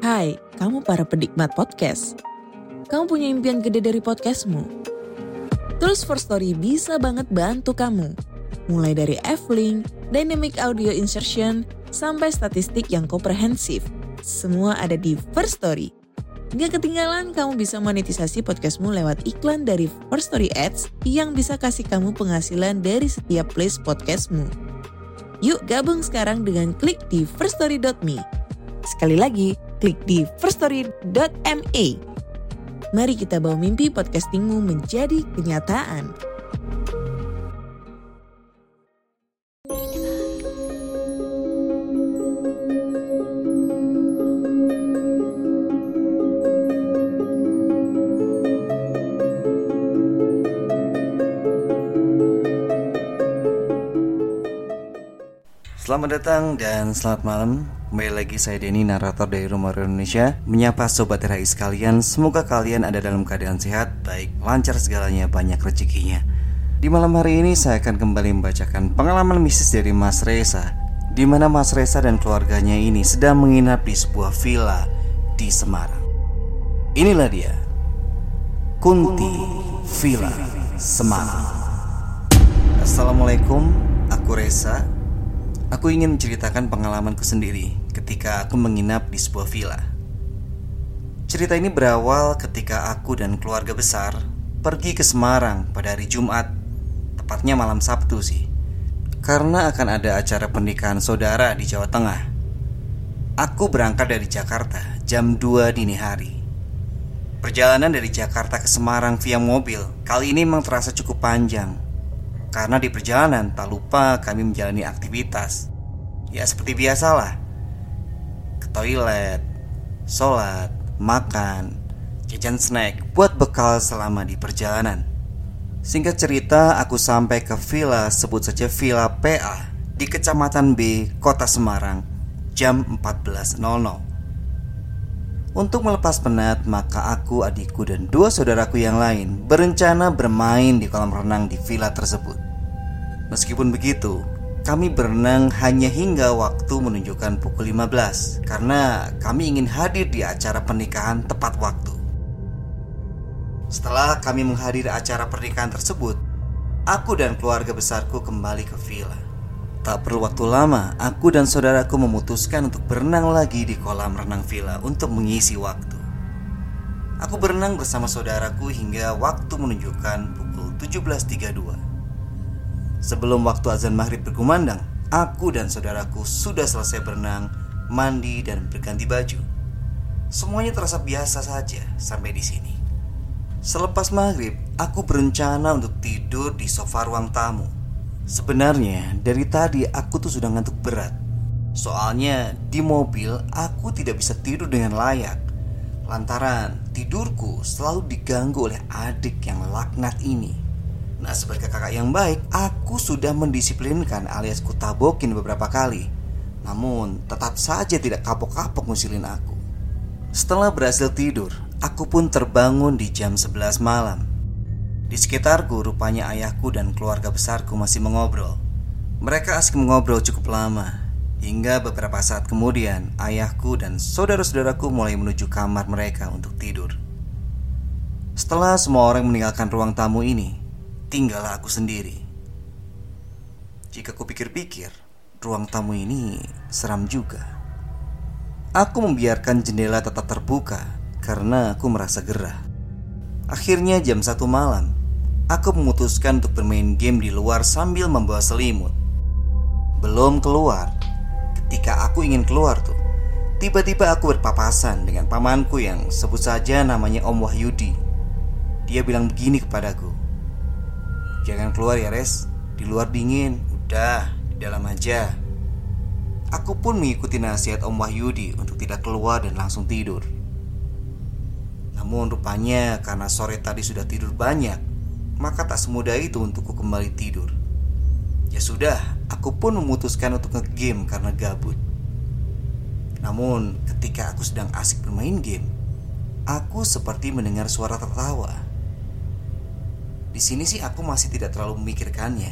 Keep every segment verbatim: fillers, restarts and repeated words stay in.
Hai, kamu para penikmat podcast. Kamu punya impian gede dari podcastmu? Tools for Story bisa banget bantu kamu. Mulai dari F-Link, Dynamic Audio Insertion, sampai statistik yang komprehensif. Semua ada di First Story. Gak ketinggalan kamu bisa monetisasi podcastmu lewat iklan dari First Story Ads yang bisa kasih kamu penghasilan dari setiap place podcastmu. Yuk gabung sekarang dengan klik di first story dot me. Sekali lagi, klik di first story dot me. Mari kita bawa mimpi podcastingmu menjadi kenyataan. Selamat datang dan selamat malam. Kembali lagi saya Denny, narator dari Rumah Horor Indonesia, menyapa Sobat R H I sekalian. Semoga kalian ada dalam keadaan sehat, baik, lancar segalanya, banyak rezekinya. Di malam hari ini saya akan kembali membacakan pengalaman mistis dari Mas Reza, di mana Mas Reza dan keluarganya ini sedang menginap di sebuah villa di Semarang. Inilah dia, Kunti Villa Semarang. Assalamualaikum, aku Reza. Aku ingin menceritakan pengalamanku sendiri ketika aku menginap di sebuah villa. Cerita ini berawal ketika aku dan keluarga besar pergi ke Semarang pada hari Jumat, tepatnya malam Sabtu sih, karena akan ada acara pernikahan saudara di Jawa Tengah. Aku berangkat dari Jakarta jam dua dini hari. Perjalanan dari Jakarta ke Semarang via mobil kali ini memang terasa cukup panjang, karena di perjalanan tak lupa kami menjalani aktivitas. Ya seperti biasalah, ke toilet, sholat, makan, jajan snack buat bekal selama di perjalanan. Singkat cerita, aku sampai ke villa, sebut saja Villa P A, di Kecamatan B, Kota Semarang, jam empat belas nol nol. Untuk melepas penat, maka aku, adikku, dan dua saudaraku yang lain berencana bermain di kolam renang di villa tersebut. Meskipun begitu, kami berenang hanya hingga waktu menunjukkan pukul lima belas, karena kami ingin hadir di acara pernikahan tepat waktu. Setelah kami menghadiri acara pernikahan tersebut, aku dan keluarga besarku kembali ke villa. Tak perlu waktu lama, aku dan saudaraku memutuskan untuk berenang lagi di kolam renang villa untuk mengisi waktu. Aku berenang bersama saudaraku hingga waktu menunjukkan pukul tujuh belas tiga puluh dua. Sebelum waktu azan maghrib berkumandang, aku dan saudaraku sudah selesai berenang, mandi, dan berganti baju. Semuanya terasa biasa saja sampai di sini. Selepas maghrib, aku berencana untuk tidur di sofa ruang tamu. Sebenarnya dari tadi aku tuh sudah ngantuk berat. Soalnya di mobil aku tidak bisa tidur dengan layak, lantaran tidurku selalu diganggu oleh adik yang laknat ini. Nah, sebagai kakak yang baik, aku sudah mendisiplinkan alias kutabokin beberapa kali. Namun tetap saja tidak kapok-kapok ngusilin aku. Setelah berhasil tidur, aku pun terbangun di jam sebelas malam. Di sekitarku rupanya ayahku dan keluarga besarku masih mengobrol. Mereka asik mengobrol cukup lama, hingga beberapa saat kemudian ayahku dan saudara-saudaraku mulai menuju kamar mereka untuk tidur. Setelah semua orang meninggalkan ruang tamu ini, tinggallah aku sendiri. Jika kupikir-pikir, ruang tamu ini seram juga. Aku membiarkan jendela tetap terbuka karena aku merasa gerah. Akhirnya jam satu malam, aku memutuskan untuk bermain game di luar sambil membawa selimut. Belum keluar, ketika aku ingin keluar tuh, tiba-tiba aku berpapasan dengan pamanku yang sebut saja namanya Om Wahyudi. Dia bilang begini kepadaku, "Jangan keluar ya Res, di luar dingin, udah di dalam aja." Aku pun mengikuti nasihat Om Wahyudi untuk tidak keluar dan langsung tidur. Namun rupanya karena sore tadi sudah tidur banyak, maka tak semudah itu untukku kembali tidur. Ya sudah, aku pun memutuskan untuk nge-game karena gabut. Namun ketika aku sedang asik bermain game, aku seperti mendengar suara tertawa. Di sini sih aku masih tidak terlalu memikirkannya.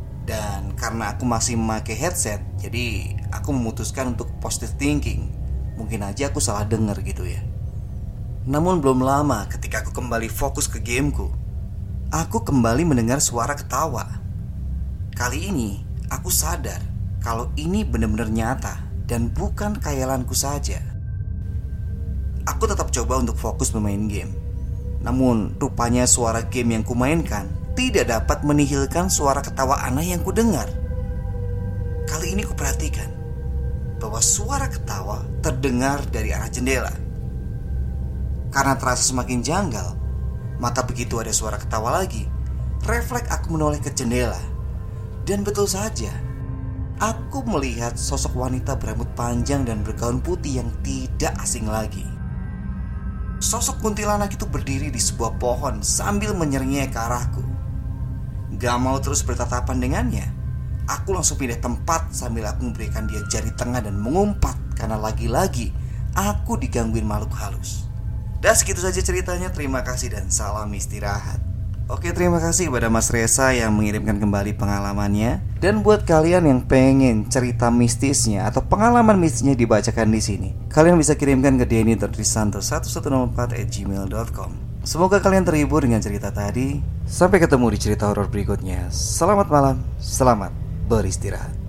Dan karena aku masih memakai headset, jadi aku memutuskan untuk positive thinking Mungkin aja aku salah dengar gitu ya. Namun belum lama ketika aku kembali fokus ke gameku, aku kembali mendengar suara ketawa. Kali ini aku sadar kalau ini benar-benar nyata dan bukan khayalanku saja. Aku tetap coba untuk fokus bermain game. Namun rupanya suara game yang kumainkan tidak dapat menihilkan suara ketawa aneh yang kudengar. Kali ini kuperhatikan bahwa suara ketawa terdengar dari arah jendela. Karena terasa semakin janggal, maka begitu ada suara ketawa lagi, refleks aku menoleh ke jendela. Dan betul saja, aku melihat sosok wanita berambut panjang dan bergaun putih yang tidak asing lagi. Sosok kuntilanak itu berdiri di sebuah pohon sambil menyeringai ke arahku. Gak mau terus bertatapan dengannya, aku langsung pindah tempat sambil aku memberikan dia jari tengah dan mengumpat karena lagi-lagi aku digangguin makhluk halus. Dan segitu saja ceritanya, terima kasih dan salam istirahat. Oke, terima kasih kepada Mas Reza yang mengirimkan kembali pengalamannya. Dan buat kalian yang pengen cerita mistisnya atau pengalaman mistisnya dibacakan di sini, kalian bisa kirimkan ke denny dot risanto satu satu nol empat at gmail dot com. Semoga kalian terhibur dengan cerita tadi. Sampai ketemu di cerita horor berikutnya. Selamat malam, selamat beristirahat.